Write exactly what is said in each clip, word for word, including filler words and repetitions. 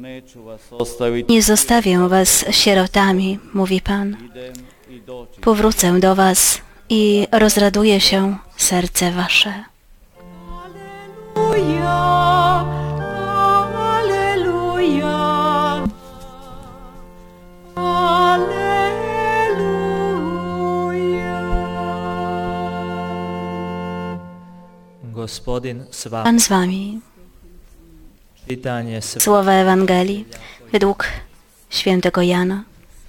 Nie zostawię was sierotami, mówi Pan. Powrócę do was i rozraduje się serce wasze. Alleluja, alleluja, alleluja. Pan z wami. Słowa Ewangelii według świętego Jana.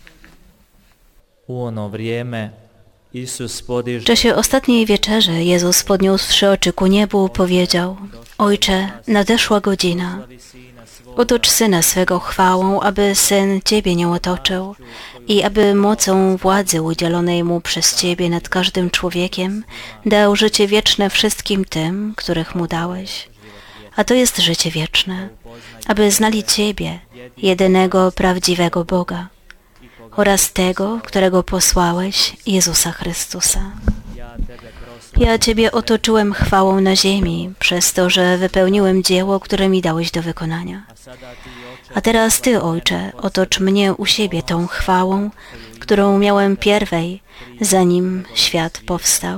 W czasie ostatniej wieczerzy Jezus, podniósłszy oczy ku niebu, powiedział: Ojcze, nadeszła godzina. Otocz Syna swego chwałą, aby Syn Ciebie nie otoczył i aby mocą władzy udzielonej Mu przez Ciebie nad każdym człowiekiem dał życie wieczne wszystkim tym, których Mu dałeś. A to jest życie wieczne, aby znali Ciebie, jedynego prawdziwego Boga, oraz Tego, którego posłałeś, Jezusa Chrystusa. Ja Ciebie otoczyłem chwałą na ziemi, przez to, że wypełniłem dzieło, które mi dałeś do wykonania. A teraz Ty, Ojcze, otocz mnie u siebie tą chwałą, którą miałem pierwej, zanim świat powstał.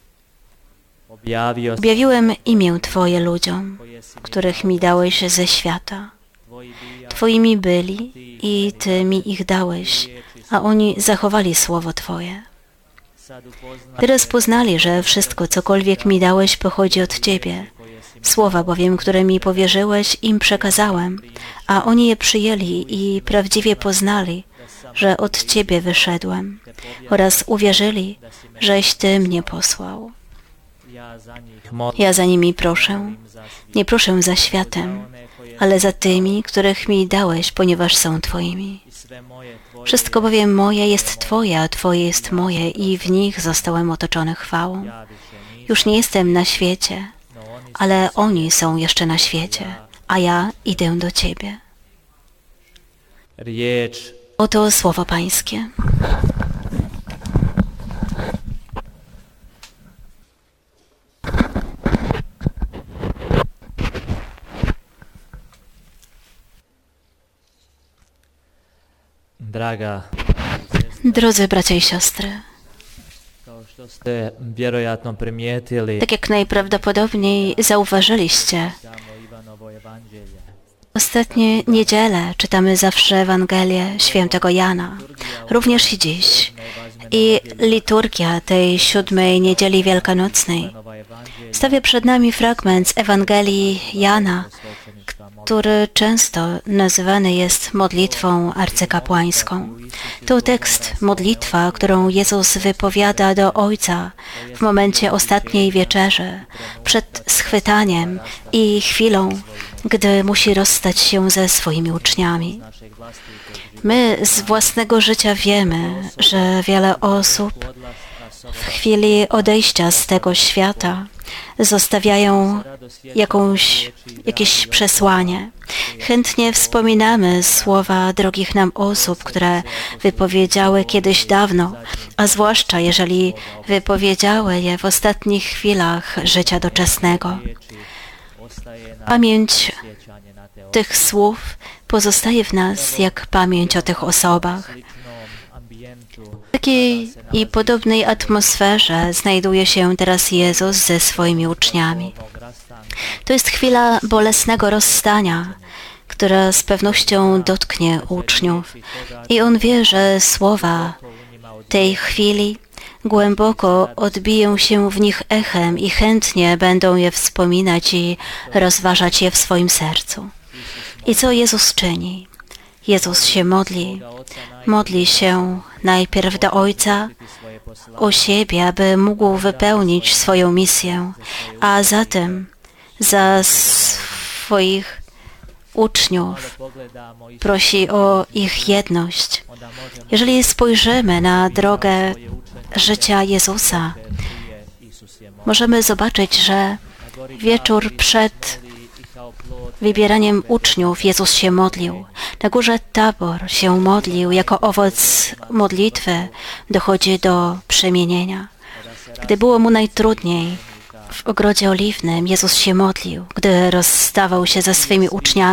Objawiłem imię Twoje ludziom, których mi dałeś ze świata. Twoimi byli i Ty mi ich dałeś, a oni zachowali słowo Twoje. Teraz poznali, że wszystko, cokolwiek mi dałeś, pochodzi od Ciebie. Słowa bowiem, które mi powierzyłeś, im przekazałem, a oni je przyjęli i prawdziwie poznali, że od Ciebie wyszedłem, oraz uwierzyli, żeś Ty mnie posłał. Ja za nimi proszę, nie proszę za światem, ale za tymi, których mi dałeś, ponieważ są Twoimi. Wszystko bowiem moje jest Twoje, a Twoje jest moje i w nich zostałem otoczony chwałą. Już nie jestem na świecie, ale oni są jeszcze na świecie, a ja idę do Ciebie. Oto słowo Pańskie. Drodzy bracia i siostry, tak jak najprawdopodobniej zauważyliście, ostatnie niedziele czytamy zawsze Ewangelię świętego Jana, również i dziś. I liturgia tej siódmej niedzieli wielkanocnej stawia przed nami fragment z Ewangelii Jana, który często nazywany jest modlitwą arcykapłańską. To tekst, modlitwa, którą Jezus wypowiada do Ojca w momencie ostatniej wieczerzy, przed schwytaniem i chwilą, gdy musi rozstać się ze swoimi uczniami. My z własnego życia wiemy, że wiele osób w chwili odejścia z tego świata zostawiają jakąś, jakieś przesłanie. Chętnie wspominamy słowa drogich nam osób, które wypowiedziały kiedyś dawno, a zwłaszcza jeżeli wypowiedziały je w ostatnich chwilach życia doczesnego. Pamięć tych słów pozostaje w nas jak pamięć o tych osobach. W takiej i podobnej atmosferze znajduje się teraz Jezus ze swoimi uczniami. To jest chwila bolesnego rozstania, która z pewnością dotknie uczniów. I On wie, że słowa tej chwili głęboko odbiją się w nich echem i chętnie będą je wspominać i rozważać je w swoim sercu. I co Jezus czyni? Jezus się modli. Modli się najpierw do Ojca o siebie, aby mógł wypełnić swoją misję, a zatem za swoich uczniów prosi o ich jedność. Jeżeli spojrzymy na drogę życia Jezusa, możemy zobaczyć, że wieczór przed wybieraniem uczniów Jezus się modlił. Na górze Tabor się modlił. Jako owoc modlitwy dochodzi do przemienienia. Gdy było mu najtrudniej w ogrodzie oliwnym, Jezus się modlił. Gdy rozstawał się ze swymi uczniami,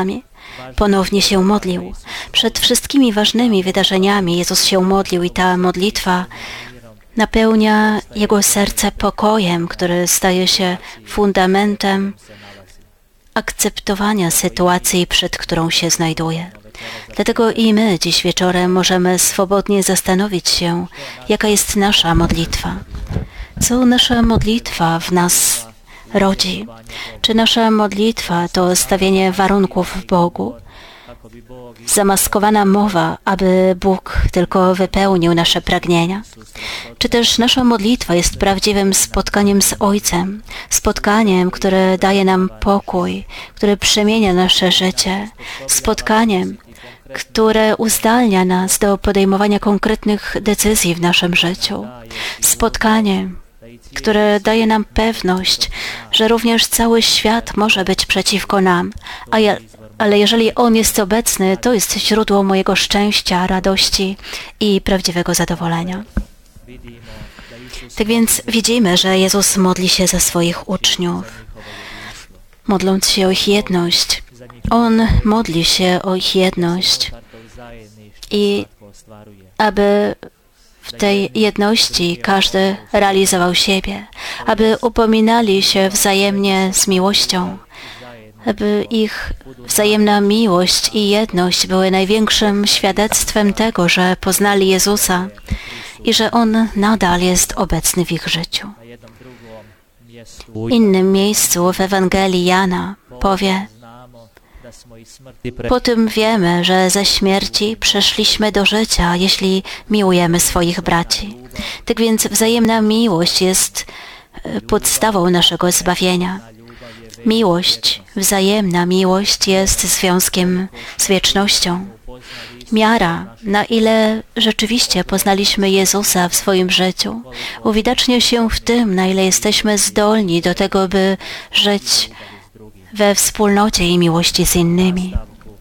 ponownie się modlił. Przed wszystkimi ważnymi wydarzeniami Jezus się modlił i ta modlitwa napełnia Jego serce pokojem, który staje się fundamentem akceptowania sytuacji, przed którą się znajduje. Dlatego i my dziś wieczorem możemy swobodnie zastanowić się, jaka jest nasza modlitwa. Co nasza modlitwa w nas rodzi? Czy nasza modlitwa to stawianie warunków w Bogu? Zamaskowana mowa, aby Bóg tylko wypełnił nasze pragnienia? Czy też nasza modlitwa jest prawdziwym spotkaniem z Ojcem, spotkaniem, które daje nam pokój, które przemienia nasze życie, spotkaniem, które uzdalnia nas do podejmowania konkretnych decyzji w naszym życiu, spotkaniem, które daje nam pewność, że również cały świat może być przeciwko nam, a ja, ale jeżeli On jest obecny, to jest źródło mojego szczęścia, radości i prawdziwego zadowolenia. Tak więc widzimy, że Jezus modli się za swoich uczniów, modląc się o ich jedność. On modli się o ich jedność i aby w tej jedności każdy realizował siebie, aby upominali się wzajemnie z miłością, aby ich wzajemna miłość i jedność były największym świadectwem tego, że poznali Jezusa i że On nadal jest obecny w ich życiu. W innym miejscu w Ewangelii Jana powie: po tym wiemy, że ze śmierci przeszliśmy do życia, jeśli miłujemy swoich braci. Tak więc wzajemna miłość jest podstawą naszego zbawienia. Miłość, wzajemna miłość jest związkiem z wiecznością. Miara, na ile rzeczywiście poznaliśmy Jezusa w swoim życiu, uwidacznia się w tym, na ile jesteśmy zdolni do tego, by żyć we wspólnocie i miłości z innymi.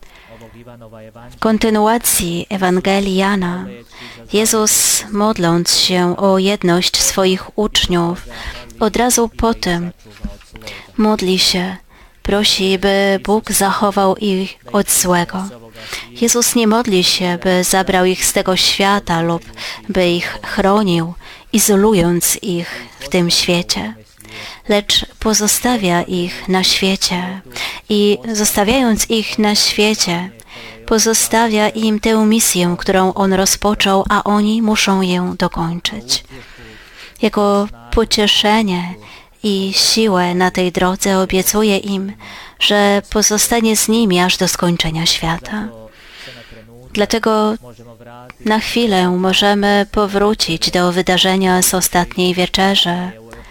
W kontynuacji Ewangelii Jana Jezus, modląc się o jedność swoich uczniów, od razu potem modli się, prosi, by Bóg zachował ich od złego. Jezus nie modli się, by zabrał ich z tego świata lub by ich chronił, izolując ich w tym świecie, lecz pozostawia ich na świecie i zostawiając ich na świecie, pozostawia im tę misję, którą On rozpoczął, a oni muszą ją dokończyć. Jako pocieszenie i siłę na tej drodze obiecuje im, że pozostanie z nimi aż do skończenia świata. Dlatego na chwilę możemy powrócić do wydarzenia z ostatniej wieczerzy,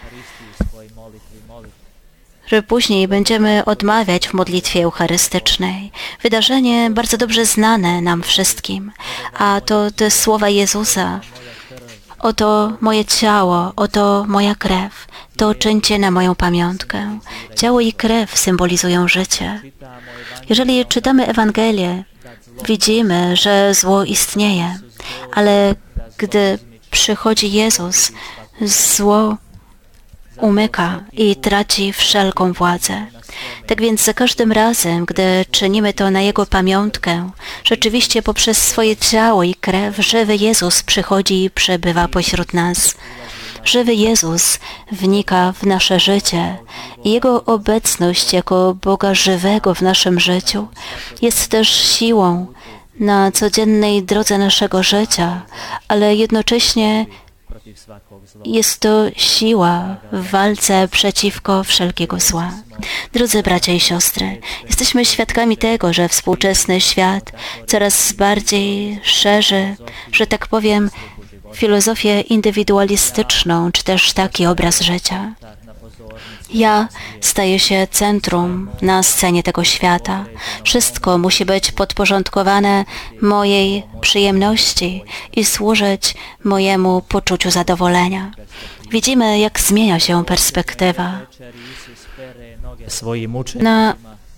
że później będziemy odmawiać w modlitwie eucharystycznej. Wydarzenie bardzo dobrze znane nam wszystkim, a to te słowa Jezusa: oto moje ciało, oto moja krew, to czyńcie na moją pamiątkę. Ciało i krew symbolizują życie. Jeżeli czytamy Ewangelię, widzimy, że zło istnieje, ale gdy przychodzi Jezus, zło umyka i traci wszelką władzę. Tak więc za każdym razem, gdy czynimy to na Jego pamiątkę, rzeczywiście poprzez swoje ciało i krew żywy Jezus przychodzi i przebywa pośród nas. Żywy Jezus wnika w nasze życie i Jego obecność jako Boga żywego w naszym życiu jest też siłą na codziennej drodze naszego życia, ale jednocześnie jest to siła w walce przeciwko wszelkiego zła. Drodzy bracia i siostry, jesteśmy świadkami tego, że współczesny świat coraz bardziej szerzy, że tak powiem, filozofię indywidualistyczną, czy też taki obraz życia. Ja staję się centrum na scenie tego świata. Wszystko musi być podporządkowane mojej przyjemności i służyć mojemu poczuciu zadowolenia. Widzimy, jak zmienia się perspektywa. Na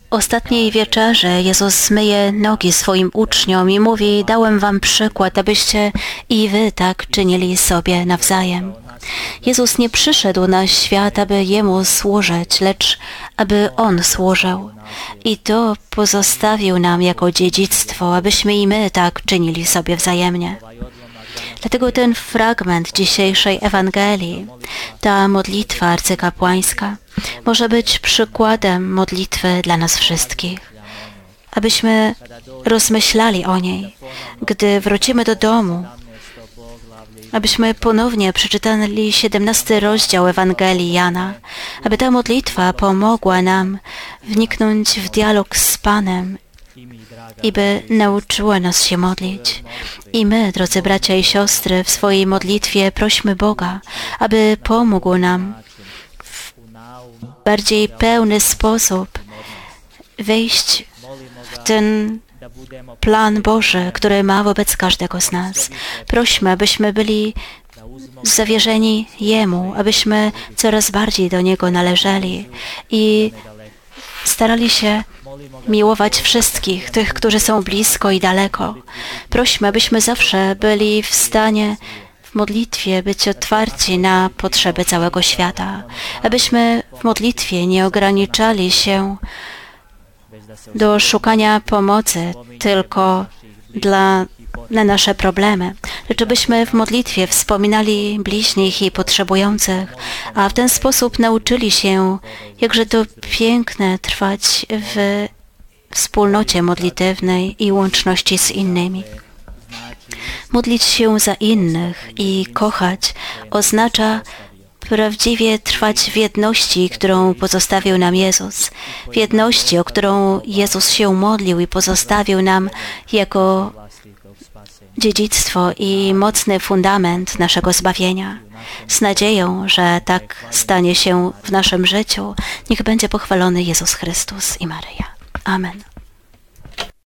ostatniej wieczerzy Jezus myje nogi swoim uczniom i mówi: dałem wam przykład, abyście i wy tak czynili sobie nawzajem. Jezus nie przyszedł na świat, aby Jemu służyć, lecz aby On służył. I to pozostawił nam jako dziedzictwo, abyśmy i my tak czynili sobie wzajemnie. Dlatego ten fragment dzisiejszej Ewangelii, ta modlitwa arcykapłańska, może być przykładem modlitwy dla nas wszystkich. Abyśmy rozmyślali o niej, gdy wrócimy do domu, abyśmy ponownie przeczytali siedemnasty rozdział Ewangelii Jana, aby ta modlitwa pomogła nam wniknąć w dialog z Panem i by nauczyła nas się modlić. I my, drodzy bracia i siostry, w swojej modlitwie prośmy Boga, aby pomógł nam w bardziej pełny sposób wejść w ten plan Boży, który ma wobec każdego z nas. Prośmy, abyśmy byli zawierzeni Jemu, abyśmy coraz bardziej do Niego należeli i starali się miłować wszystkich, tych, którzy są blisko i daleko. Prośmy, abyśmy zawsze byli w stanie w modlitwie być otwarci na potrzeby całego świata, abyśmy w modlitwie nie ograniczali się do szukania pomocy tylko dla, na nasze problemy, lecz byśmy w modlitwie wspominali bliźnich i potrzebujących, a w ten sposób nauczyli się, jakże to piękne trwać w wspólnocie modlitewnej i łączności z innymi. Modlić się za innych i kochać oznacza prawdziwie trwać w jedności, którą pozostawił nam Jezus. W jedności, o którą Jezus się modlił i pozostawił nam jako dziedzictwo i mocny fundament naszego zbawienia. Z nadzieją, że tak stanie się w naszym życiu, niech będzie pochwalony Jezus Chrystus i Maryja. Amen.